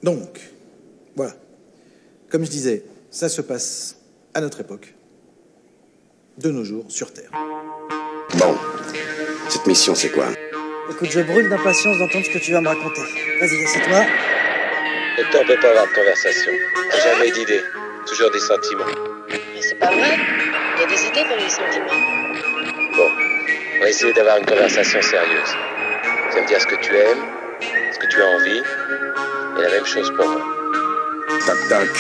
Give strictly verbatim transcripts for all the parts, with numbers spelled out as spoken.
Donc, voilà. Comme je disais, ça se passe à notre époque, de nos jours, sur Terre. Bon, cette mission, c'est quoi? Écoute, je brûle d'impatience d'entendre ce que tu vas me raconter. Vas-y, assieds-toi. Le temps peut pas avoir de conversation. Jamais d'idées, toujours des sentiments. Mais c'est pas vrai. Il y a des idées dans les sentiments. Bon, on va essayer d'avoir une conversation sérieuse. Tu vas me dire ce que tu aimes, ce que tu as envie, et la même chose pour moi. Toc toc.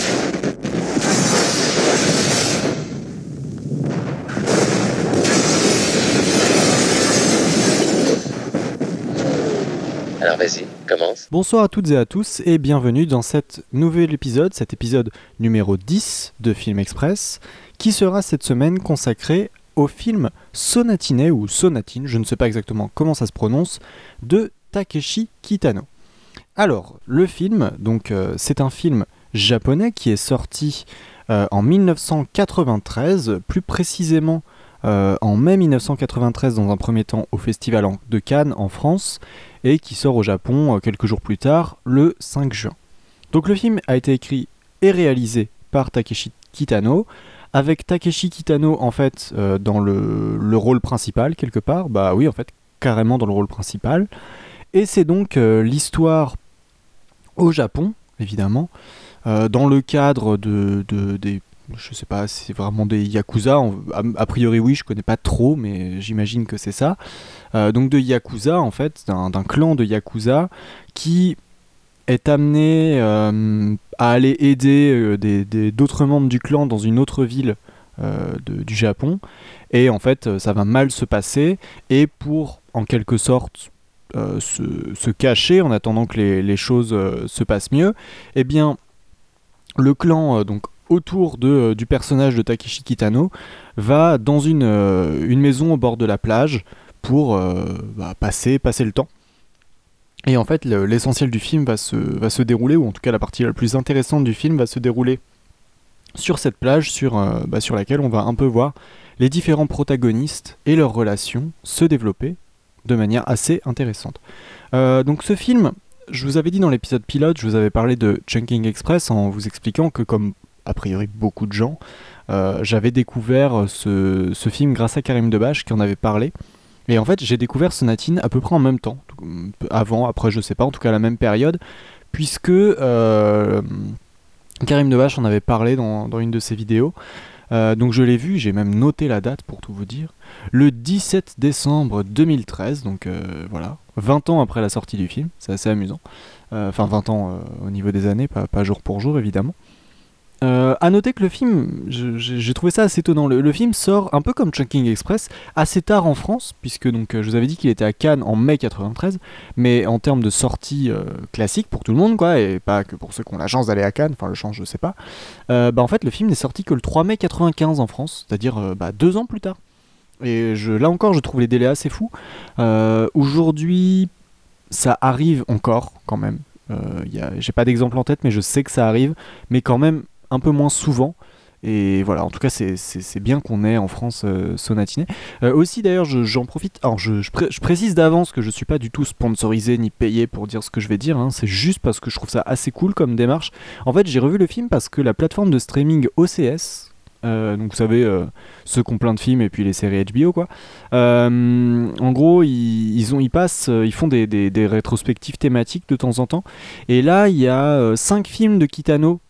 Alors vas-y, commence. Bonsoir à toutes et à tous et bienvenue dans cet nouvel épisode, cet épisode numéro dix de Film Express, qui sera cette semaine consacré au film Sonatine ou Sonatine, je ne sais pas exactement comment ça se prononce, de Takeshi Kitano. Alors, le film, donc euh, c'est un film japonais qui est sorti euh, en dix-neuf cent quatre-vingt-treize, plus précisément euh, en mai dix-neuf cent quatre-vingt-treize dans un premier temps au Festival de Cannes en France, et qui sort au Japon euh, quelques jours plus tard, le cinq juin. Donc le film a été écrit et réalisé par Takeshi Kitano, avec Takeshi Kitano en fait euh, dans le, le rôle principal quelque part, bah oui en fait carrément dans le rôle principal, et c'est donc euh, l'histoire au Japon évidemment, euh, dans le cadre de, de des je sais pas si c'est vraiment des Yakuza, a, a priori oui, je connais pas trop, mais j'imagine que c'est ça. Euh, donc de Yakuza en fait, d'un, d'un clan de Yakuza qui est amené euh, à aller aider euh, des, des, d'autres membres du clan dans une autre ville euh, de, du Japon, et en fait ça va mal se passer, et pour en quelque sorte euh, se, se cacher en attendant que les, les choses euh, se passent mieux, eh bien le clan euh, donc autour de, euh, du personnage de Takeshi Kitano va dans une, euh, une maison au bord de la plage pour euh, bah, passer, passer le temps. Et en fait, le, l'essentiel du film va se, va se dérouler, ou en tout cas la partie la plus intéressante du film va se dérouler sur cette plage sur, euh, bah, sur laquelle on va un peu voir les différents protagonistes et leurs relations se développer de manière assez intéressante. Euh, donc ce film, je vous avais dit dans l'épisode pilote, je vous avais parlé de Chungking Express en vous expliquant que comme a priori beaucoup de gens, euh, j'avais découvert ce, ce film grâce à Karim Debache qui en avait parlé. Et en fait, j'ai découvert Sonatine à peu près en même temps, avant, après, je sais pas, en tout cas à la même période, puisque euh, Karim Debache en avait parlé dans, dans une de ses vidéos. Euh, donc je l'ai vu, j'ai même noté la date pour tout vous dire, le dix-sept décembre deux mille treize, donc euh, voilà, vingt ans après la sortie du film, c'est assez amusant. Enfin, euh, vingt ans euh, au niveau des années, pas, pas jour pour jour évidemment. Euh, à noter que le film, je, j'ai, j'ai trouvé ça assez étonnant. Le, le film sort un peu comme Chungking Express, assez tard en France, puisque donc je vous avais dit qu'il était à Cannes en mai quatre-vingt-treize, mais en termes de sortie euh, classique pour tout le monde, quoi, et pas que pour ceux qui ont la chance d'aller à Cannes, enfin le chance je sais pas. Euh, bah en fait le film n'est sorti que le trois mai quatre-vingt-quinze en France, c'est-à-dire euh, bah, deux ans plus tard. Et je, là encore je trouve les délais assez fous. Euh, aujourd'hui ça arrive encore quand même. Euh, y a, j'ai pas d'exemple en tête, mais je sais que ça arrive, mais quand même un peu moins souvent, et voilà, en tout cas c'est, c'est, c'est bien qu'on ait en France euh, Sonatine. Euh, aussi d'ailleurs je, j'en profite, alors je, je, pré- je précise d'avance que je suis pas du tout sponsorisé ni payé pour dire ce que je vais dire, hein, c'est juste parce que je trouve ça assez cool comme démarche. En fait j'ai revu le film parce que la plateforme de streaming O C S, euh, donc vous savez euh, ceux qui ont plein de films et puis les séries H B O quoi, euh, en gros ils, ils, ont, ils passent, ils font des, des, des rétrospectives thématiques de temps en temps, et là il y a cinq euh, films de Kitano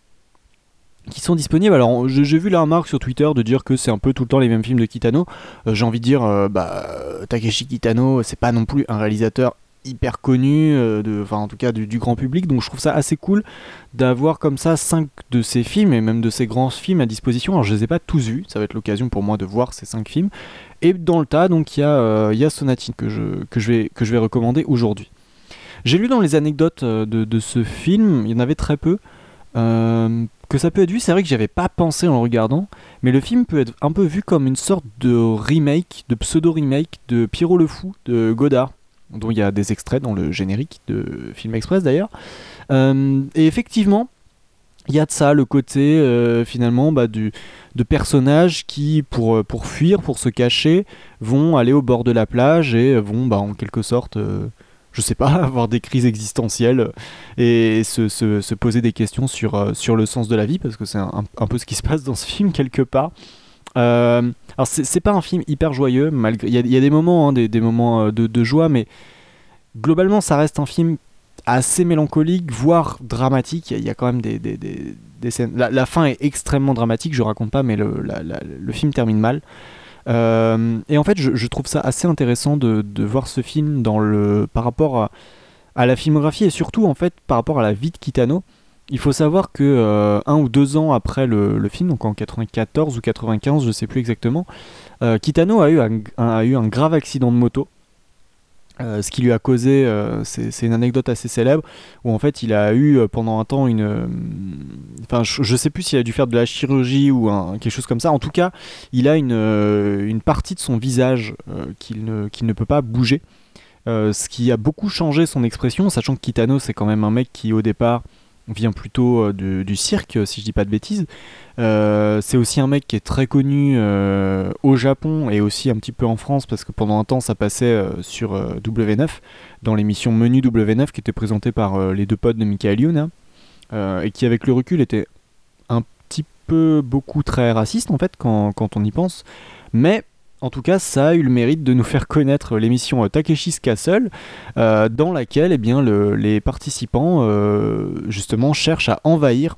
qui sont disponibles. Alors j'ai vu la remarque sur Twitter de dire que c'est un peu tout le temps les mêmes films de Kitano. Euh, j'ai envie de dire, euh, bah, Takeshi Kitano, c'est pas non plus un réalisateur hyper connu, euh, de, enfin en tout cas du, du grand public, donc je trouve ça assez cool d'avoir comme ça cinq de ces films, et même de ces grands films à disposition. Alors je les ai pas tous vus, ça va être l'occasion pour moi de voir ces cinq films. Et dans le tas, donc il y a, euh, y a Sonatine que je, que, je vais, que je vais recommander aujourd'hui. J'ai lu dans les anecdotes de, de ce film, il y en avait très peu, euh, que ça peut être vu, c'est vrai que j'y avais pas pensé en le regardant, mais le film peut être un peu vu comme une sorte de remake, de pseudo-remake de Pierrot le Fou de Godard, dont il y a des extraits dans le générique de Film Express d'ailleurs. Euh, et effectivement, il y a de ça, le côté euh, finalement bah, du, de personnages qui, pour, pour fuir, pour se cacher, vont aller au bord de la plage et vont bah, en quelque sorte... Euh, je sais pas, avoir des crises existentielles et se, se, se poser des questions sur, euh, sur le sens de la vie, parce que c'est un, un peu ce qui se passe dans ce film quelque part. Euh, alors c'est, c'est pas un film hyper joyeux, malgré il y, y a des moments, hein, des, des moments de, de joie, mais globalement ça reste un film assez mélancolique, voire dramatique. Il y, y a quand même des, des, des, des scènes. La, la fin est extrêmement dramatique, je raconte pas, mais le, la, la, le film termine mal. Euh, et en fait, je, je trouve ça assez intéressant de, de voir ce film dans le, par rapport à, à la filmographie et surtout en fait par rapport à la vie de Kitano. Il faut savoir que euh, un ou deux ans après le, le film, donc en quatre-vingt-quatorze ou quatre-vingt-quinze, je sais plus exactement, euh, Kitano a eu un, un, a eu un grave accident de moto. Euh, ce qui lui a causé, euh, c'est, c'est une anecdote assez célèbre, où en fait il a eu euh, pendant un temps une... Euh, enfin, je, je sais plus s'il a dû faire de la chirurgie ou un, quelque chose comme ça. En tout cas, il a une, euh, une partie de son visage euh, qu'il, ne, qu'il ne peut pas bouger. Euh, ce qui a beaucoup changé son expression, sachant que Kitano, c'est quand même un mec qui, au départ, vient plutôt euh, du, du cirque, si je dis pas de bêtises. Euh, c'est aussi un mec qui est très connu euh, au Japon et aussi un petit peu en France, parce que pendant un temps ça passait euh, sur euh, W neuf, dans l'émission Menu W neuf qui était présentée par euh, les deux potes de Michael Youn, hein, euh, et qui avec le recul était un petit peu beaucoup très raciste en fait quand, quand on y pense, mais en tout cas ça a eu le mérite de nous faire connaître l'émission euh, Takeshi's Castle, euh, dans laquelle eh bien, le, les participants euh, justement cherchent à envahir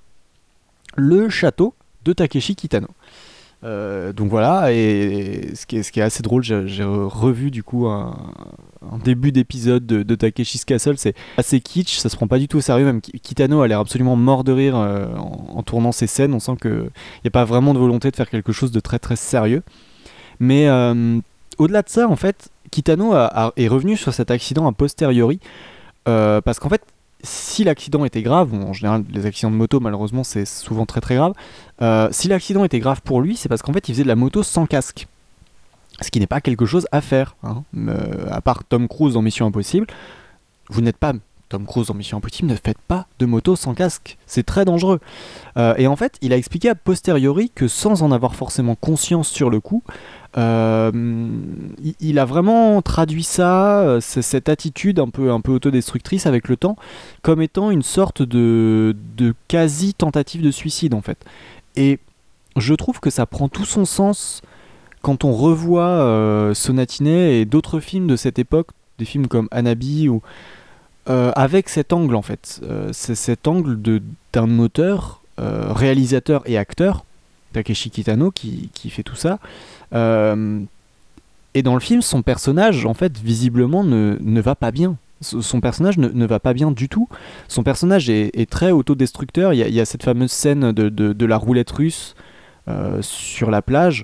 le château de Takeshi Kitano. Euh, donc voilà, et ce qui est, ce qui est assez drôle, j'ai, j'ai revu du coup un, un début d'épisode de, de Takeshi's Castle, c'est assez kitsch, ça se prend pas du tout au sérieux, même Kitano a l'air absolument mort de rire euh, en, en tournant ses scènes, on sent qu'il n'y a pas vraiment de volonté de faire quelque chose de très très sérieux. Mais euh, au-delà de ça, en fait, Kitano a, a, est revenu sur cet accident a posteriori, euh, parce qu'en fait, si l'accident était grave, bon, en général les accidents de moto malheureusement c'est souvent très très grave, euh, si l'accident était grave pour lui, c'est parce qu'en fait il faisait de la moto sans casque, ce qui n'est pas quelque chose à faire, hein. euh, à part Tom Cruise dans Mission Impossible, vous n'êtes pas Tom Cruise dans Mission Impossible, ne faites pas de moto sans casque, c'est très dangereux. Euh, et en fait il a expliqué a posteriori que sans en avoir forcément conscience sur le coup, Euh, il, il a vraiment traduit ça, euh, cette attitude un peu, un peu autodestructrice avec le temps, comme étant une sorte de, de quasi-tentative de suicide en fait. Et je trouve que ça prend tout son sens quand on revoit euh, Sonatine et d'autres films de cette époque, des films comme Hanabi, ou, euh, avec cet angle en fait. Euh, c'est cet angle de, d'un auteur, euh, réalisateur et acteur, Takeshi Kitano, qui, qui fait tout ça. Euh, et dans le film, son personnage, en fait, visiblement, ne, ne va pas bien. Son personnage ne, ne va pas bien du tout. Son personnage est, est très autodestructeur. Il y a, il y a cette fameuse scène de, de, de la roulette russe euh, sur la plage.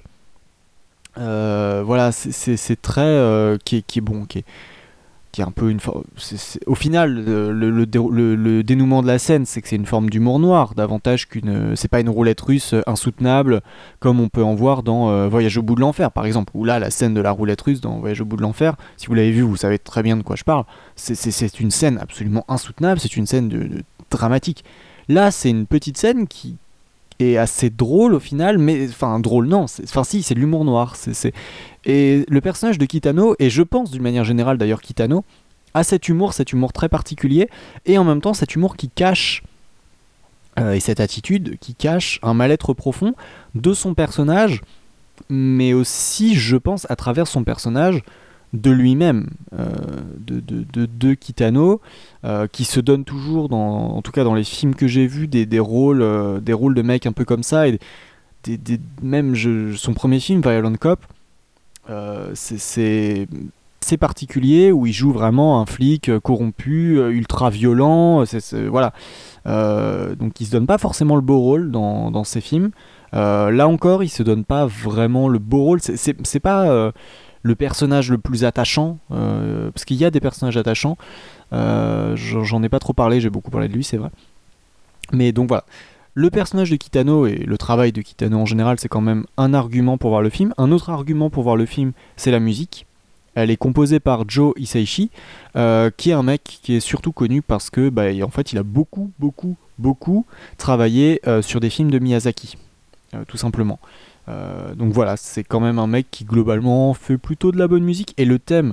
Euh, voilà, c'est, c'est, c'est très... Euh, qui, est, qui est bon, qui est, qui est un peu une forme... C'est, c'est, au final, le, le, le, le dénouement de la scène, c'est que c'est une forme d'humour noir, davantage qu'une... C'est pas une roulette russe insoutenable, comme on peut en voir dans euh, Voyage au bout de l'enfer, par exemple, où là, la scène de la roulette russe dans Voyage au bout de l'enfer, si vous l'avez vu, vous savez très bien de quoi je parle, c'est, c'est, c'est une scène absolument insoutenable, c'est une scène de, de dramatique. Là, c'est une petite scène qui est assez drôle au final, mais... Enfin, drôle, non, enfin si, c'est de l'humour noir, c'est... c'est... Et le personnage de Kitano, et je pense d'une manière générale d'ailleurs Kitano, a cet humour, cet humour très particulier, et en même temps cet humour qui cache, euh, et cette attitude qui cache un mal-être profond de son personnage, mais aussi, je pense, à travers son personnage, de lui-même, euh, de, de, de, de Kitano, euh, qui se donne toujours, dans, en tout cas dans les films que j'ai vus, des, des, rôles, euh, des rôles de mecs un peu comme ça, et des, des, même je, son premier film, Violent Cop, Euh, c'est, c'est, c'est particulier, où il joue vraiment un flic corrompu, ultra violent, c'est, c'est, voilà. Euh, donc il se donne pas forcément le beau rôle dans, dans ses films. Euh, là encore, il se donne pas vraiment le beau rôle. C'est, c'est, c'est pas euh, le personnage le plus attachant, euh, parce qu'il y a des personnages attachants. Euh, j'en ai pas trop parlé, j'ai beaucoup parlé de lui, c'est vrai. Mais donc voilà. Le personnage de Kitano et le travail de Kitano en général, c'est quand même un argument pour voir le film. Un autre argument pour voir le film, c'est la musique. Elle est composée par Joe Hisaishi, euh, qui est un mec qui est surtout connu parce que, bah, en fait, il a beaucoup, beaucoup, beaucoup travaillé euh, sur des films de Miyazaki, euh, tout simplement. Euh, donc voilà, c'est quand même un mec qui globalement fait plutôt de la bonne musique. Et le thème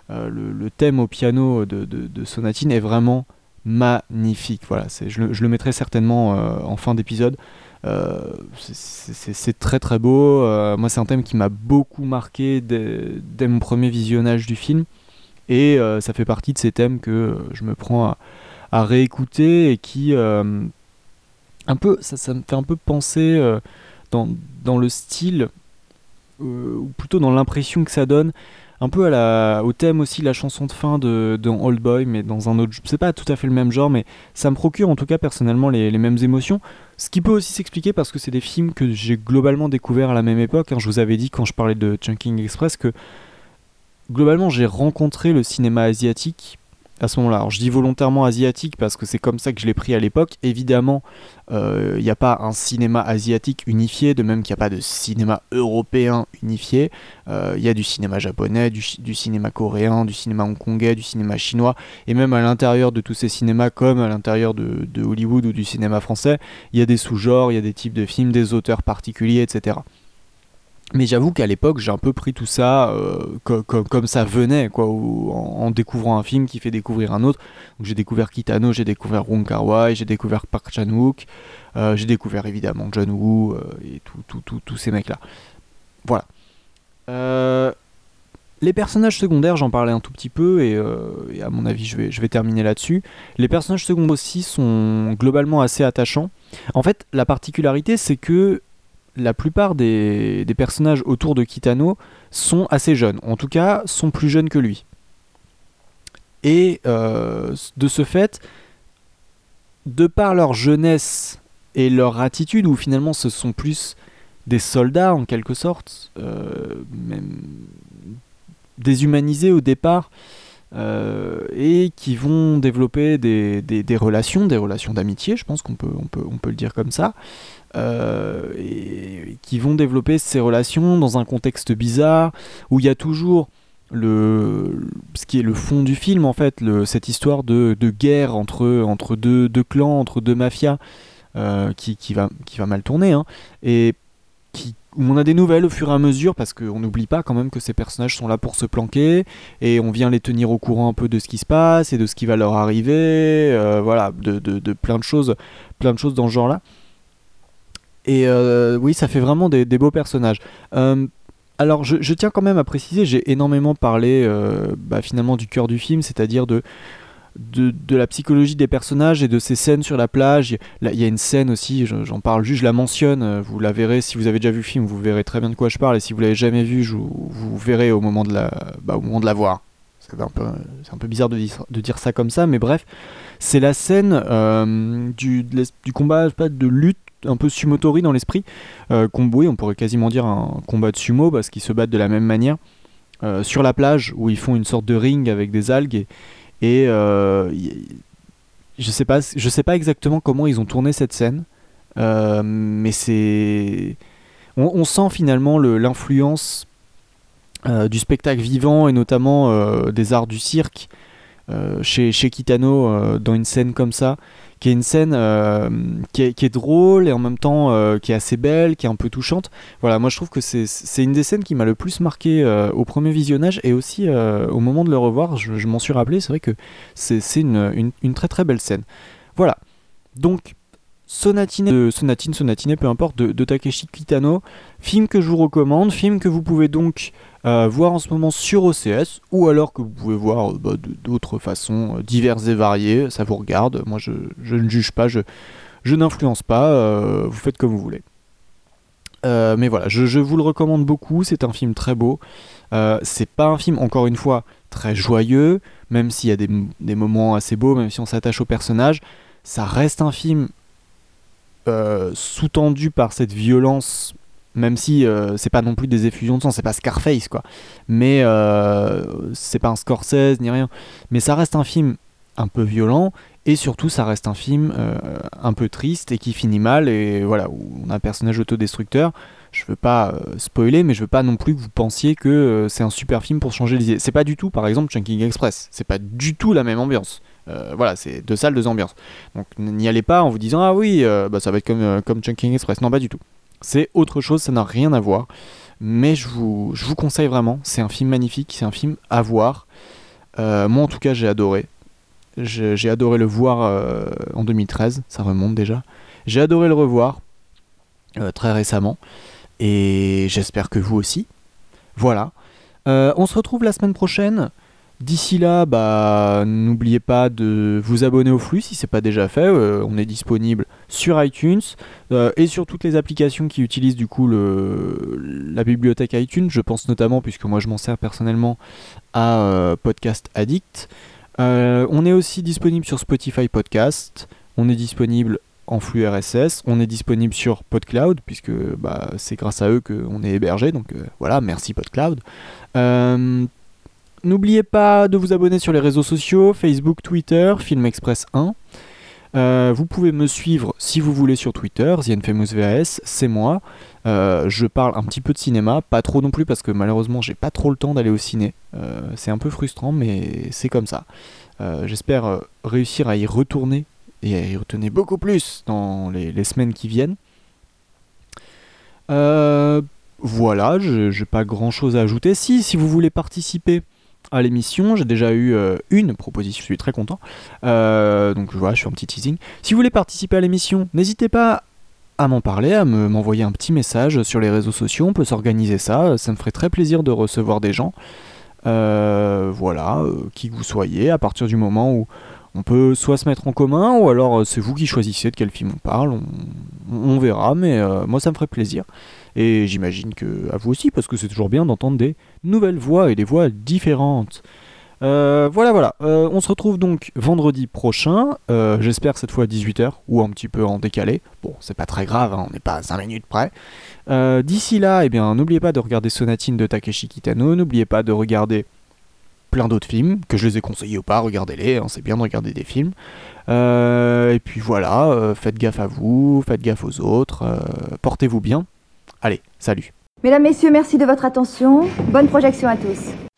euh, le, le thème au piano de, de, de Sonatine est vraiment magnifique. Voilà, c'est, je, le, je le mettrai certainement euh, en fin d'épisode. Euh, c'est, c'est, c'est très très beau. Euh, moi, c'est un thème qui m'a beaucoup marqué dès, dès mon premier visionnage du film. Et euh, ça fait partie de ces thèmes que euh, je me prends à, à réécouter et qui... Euh, un peu, ça, ça me fait un peu penser euh, dans, dans le style, euh, ou plutôt dans l'impression que ça donne, un peu à la, au thème aussi, la chanson de fin de, de Old Boy, mais dans un autre... C'est pas tout à fait le même genre, mais ça me procure en tout cas personnellement les, les mêmes émotions. Ce qui peut aussi s'expliquer parce que c'est des films que j'ai globalement découverts à la même époque. Hein. Je vous avais dit quand je parlais de Chungking Express que globalement j'ai rencontré le cinéma asiatique à ce moment-là. Alors je dis volontairement asiatique parce que c'est comme ça que je l'ai pris à l'époque. Évidemment, il euh, n'y a pas un cinéma asiatique unifié, de même qu'il n'y a pas de cinéma européen unifié. Il euh, y a du cinéma japonais, du, du cinéma coréen, du cinéma hongkongais, du cinéma chinois, et même à l'intérieur de tous ces cinémas, comme à l'intérieur de, de Hollywood ou du cinéma français, il y a des sous-genres, il y a des types de films, des auteurs particuliers, et cetera. Mais j'avoue qu'à l'époque, j'ai un peu pris tout ça euh, co- co- comme ça venait, quoi, ou en, en découvrant un film qui fait découvrir un autre. Donc j'ai découvert Kitano, j'ai découvert Wong Kar-wai, j'ai découvert Park Chan-wook, euh, j'ai découvert évidemment John Woo euh, et tous ces mecs-là. Voilà. Euh, les personnages secondaires, j'en parlais un tout petit peu, et, euh, et à mon avis, je vais, je vais terminer là-dessus. Les personnages secondaires aussi sont globalement assez attachants. En fait, la particularité, c'est que la plupart des, des personnages autour de Kitano sont assez jeunes, en tout cas sont plus jeunes que lui. Et euh, de ce fait, de par leur jeunesse et leur attitude, où finalement ce sont plus des soldats en quelque sorte, euh, même déshumanisés au départ, euh, et qui vont développer des, des, des relations, des relations d'amitié, je pense qu'on peut, on peut, on peut le dire comme ça, Euh, et qui vont développer ces relations dans un contexte bizarre où il y a toujours le, ce qui est le fond du film en fait, le, cette histoire de, de guerre entre, entre deux, deux clans, entre deux mafias euh, qui, qui, va, qui va mal tourner hein, et qui, où on a des nouvelles au fur et à mesure parce qu'on n'oublie pas quand même que ces personnages sont là pour se planquer et on vient les tenir au courant un peu de ce qui se passe et de ce qui va leur arriver, euh, voilà, de, de, de plein de choses, plein de choses dans ce genre là. Et euh, oui, ça fait vraiment des, des beaux personnages. Euh, alors, je, je tiens quand même à préciser, j'ai énormément parlé euh, bah, finalement du cœur du film, c'est-à-dire de, de, de la psychologie des personnages et de ces scènes sur la plage. Il y a une scène aussi, j'en parle juste, je la mentionne, vous la verrez, si vous avez déjà vu le film, vous verrez très bien de quoi je parle, et si vous l'avez jamais vu, je vous, vous verrez au moment de la, bah, au moment de la voir. C'est un peu, c'est un peu bizarre de dire, de dire ça comme ça, mais bref, c'est la scène euh, du, du combat pas, de lutte un peu sumotori dans l'esprit, euh, combo, on pourrait quasiment dire un combat de sumo parce qu'ils se battent de la même manière euh, sur la plage où ils font une sorte de ring avec des algues et, et euh, y, je sais pas, je sais pas exactement comment ils ont tourné cette scène, euh, mais c'est, on, on sent finalement le, l'influence euh, du spectacle vivant et notamment euh, des arts du cirque euh, chez, chez Kitano euh, dans une scène comme ça, qui est une scène euh, qui, est, qui est drôle et en même temps euh, qui est assez belle, qui est un peu touchante. Voilà, moi je trouve que c'est, c'est une des scènes qui m'a le plus marqué euh, au premier visionnage et aussi euh, au moment de le revoir, je, je m'en suis rappelé, c'est vrai que c'est, c'est une, une, une très très belle scène. Voilà, donc Sonatine, de Sonatine, Sonatine, peu importe, de, de Takeshi Kitano, film que je vous recommande, film que vous pouvez donc euh, voir en ce moment sur O C S, ou alors que vous pouvez voir euh, bah, de, d'autres façons euh, diverses et variées, ça vous regarde, moi je, je ne juge pas, je, je n'influence pas, euh, vous faites comme vous voulez. Euh, mais voilà, je, je vous le recommande beaucoup, c'est un film très beau, euh, c'est pas un film, encore une fois, très joyeux, même s'il y a des, des moments assez beaux, même si on s'attache au personnage, ça reste un film Euh, sous-tendu par cette violence, même si euh, c'est pas non plus des effusions de sang, c'est pas Scarface quoi, mais euh, c'est pas un Scorsese ni rien, mais ça reste un film un peu violent et surtout ça reste un film euh, un peu triste et qui finit mal et voilà, où on a un personnage autodestructeur. Je veux pas euh, spoiler, mais je veux pas non plus que vous pensiez que euh, c'est un super film pour changer les idées. C'est pas du tout, par exemple, Chungking Express, c'est pas du tout la même ambiance. Euh, voilà, c'est deux salles, deux ambiances. Donc n'y allez pas en vous disant ah oui, euh, bah, ça va être comme, euh, comme Chungking Express. Non, pas du tout. C'est autre chose, ça n'a rien à voir. Mais je vous, je vous conseille vraiment, c'est un film magnifique, c'est un film à voir. Euh, moi en tout cas j'ai adoré. J'ai, j'ai adoré le voir euh, en deux mille treize, ça remonte déjà. J'ai adoré le revoir euh, très récemment et j'espère que vous aussi. Voilà. Euh, on se retrouve la semaine prochaine. D'ici là, bah, n'oubliez pas de vous abonner au flux si ce n'est pas déjà fait. Euh, on est disponible sur iTunes euh, et sur toutes les applications qui utilisent du coup le, la bibliothèque iTunes. Je pense notamment, puisque moi je m'en sers personnellement, à euh, Podcast Addict. Euh, on est aussi disponible sur Spotify Podcast. On est disponible en flux R S S. On est disponible sur PodCloud, puisque bah, c'est grâce à eux qu'on est hébergé. Donc euh, voilà, merci PodCloud. Euh, N'oubliez pas de vous abonner sur les réseaux sociaux, Facebook, Twitter, Film Express un. Euh, vous pouvez me suivre si vous voulez sur Twitter, The Infamous V A S, c'est moi. Euh, je parle un petit peu de cinéma, pas trop non plus parce que malheureusement j'ai pas trop le temps d'aller au ciné. Euh, c'est un peu frustrant mais c'est comme ça. Euh, j'espère euh, réussir à y retourner et à y retourner beaucoup plus dans les, les semaines qui viennent. Euh, voilà, je n'ai pas grand chose à ajouter. Si, si vous voulez participer à l'émission, j'ai déjà eu euh, une proposition, je suis très content. Euh, donc voilà, je fais un petit teasing. Si vous voulez participer à l'émission, n'hésitez pas à m'en parler, à me, m'envoyer un petit message sur les réseaux sociaux, on peut s'organiser ça, ça me ferait très plaisir de recevoir des gens. Euh, voilà, euh, qui que vous soyez, à partir du moment où on peut soit se mettre en commun, ou alors euh, c'est vous qui choisissez de quel film on parle, on, on verra, mais euh, moi ça me ferait plaisir. Et j'imagine que à vous aussi, parce que c'est toujours bien d'entendre des nouvelles voix et des voix différentes. Euh, voilà, voilà. Euh, on se retrouve donc vendredi prochain, euh, j'espère cette fois à dix-huit heures, ou un petit peu en décalé. Bon, c'est pas très grave, hein, on n'est pas à cinq minutes près. Euh, d'ici là, eh bien, n'oubliez pas de regarder Sonatine de Takeshi Kitano, n'oubliez pas de regarder plein d'autres films, que je les ai conseillés ou pas, regardez-les, hein, c'est bien de regarder des films. Euh, et puis voilà, euh, faites gaffe à vous, faites gaffe aux autres, euh, portez-vous bien. Allez, salut. Mesdames, Messieurs, merci de votre attention. Bonne projection à tous.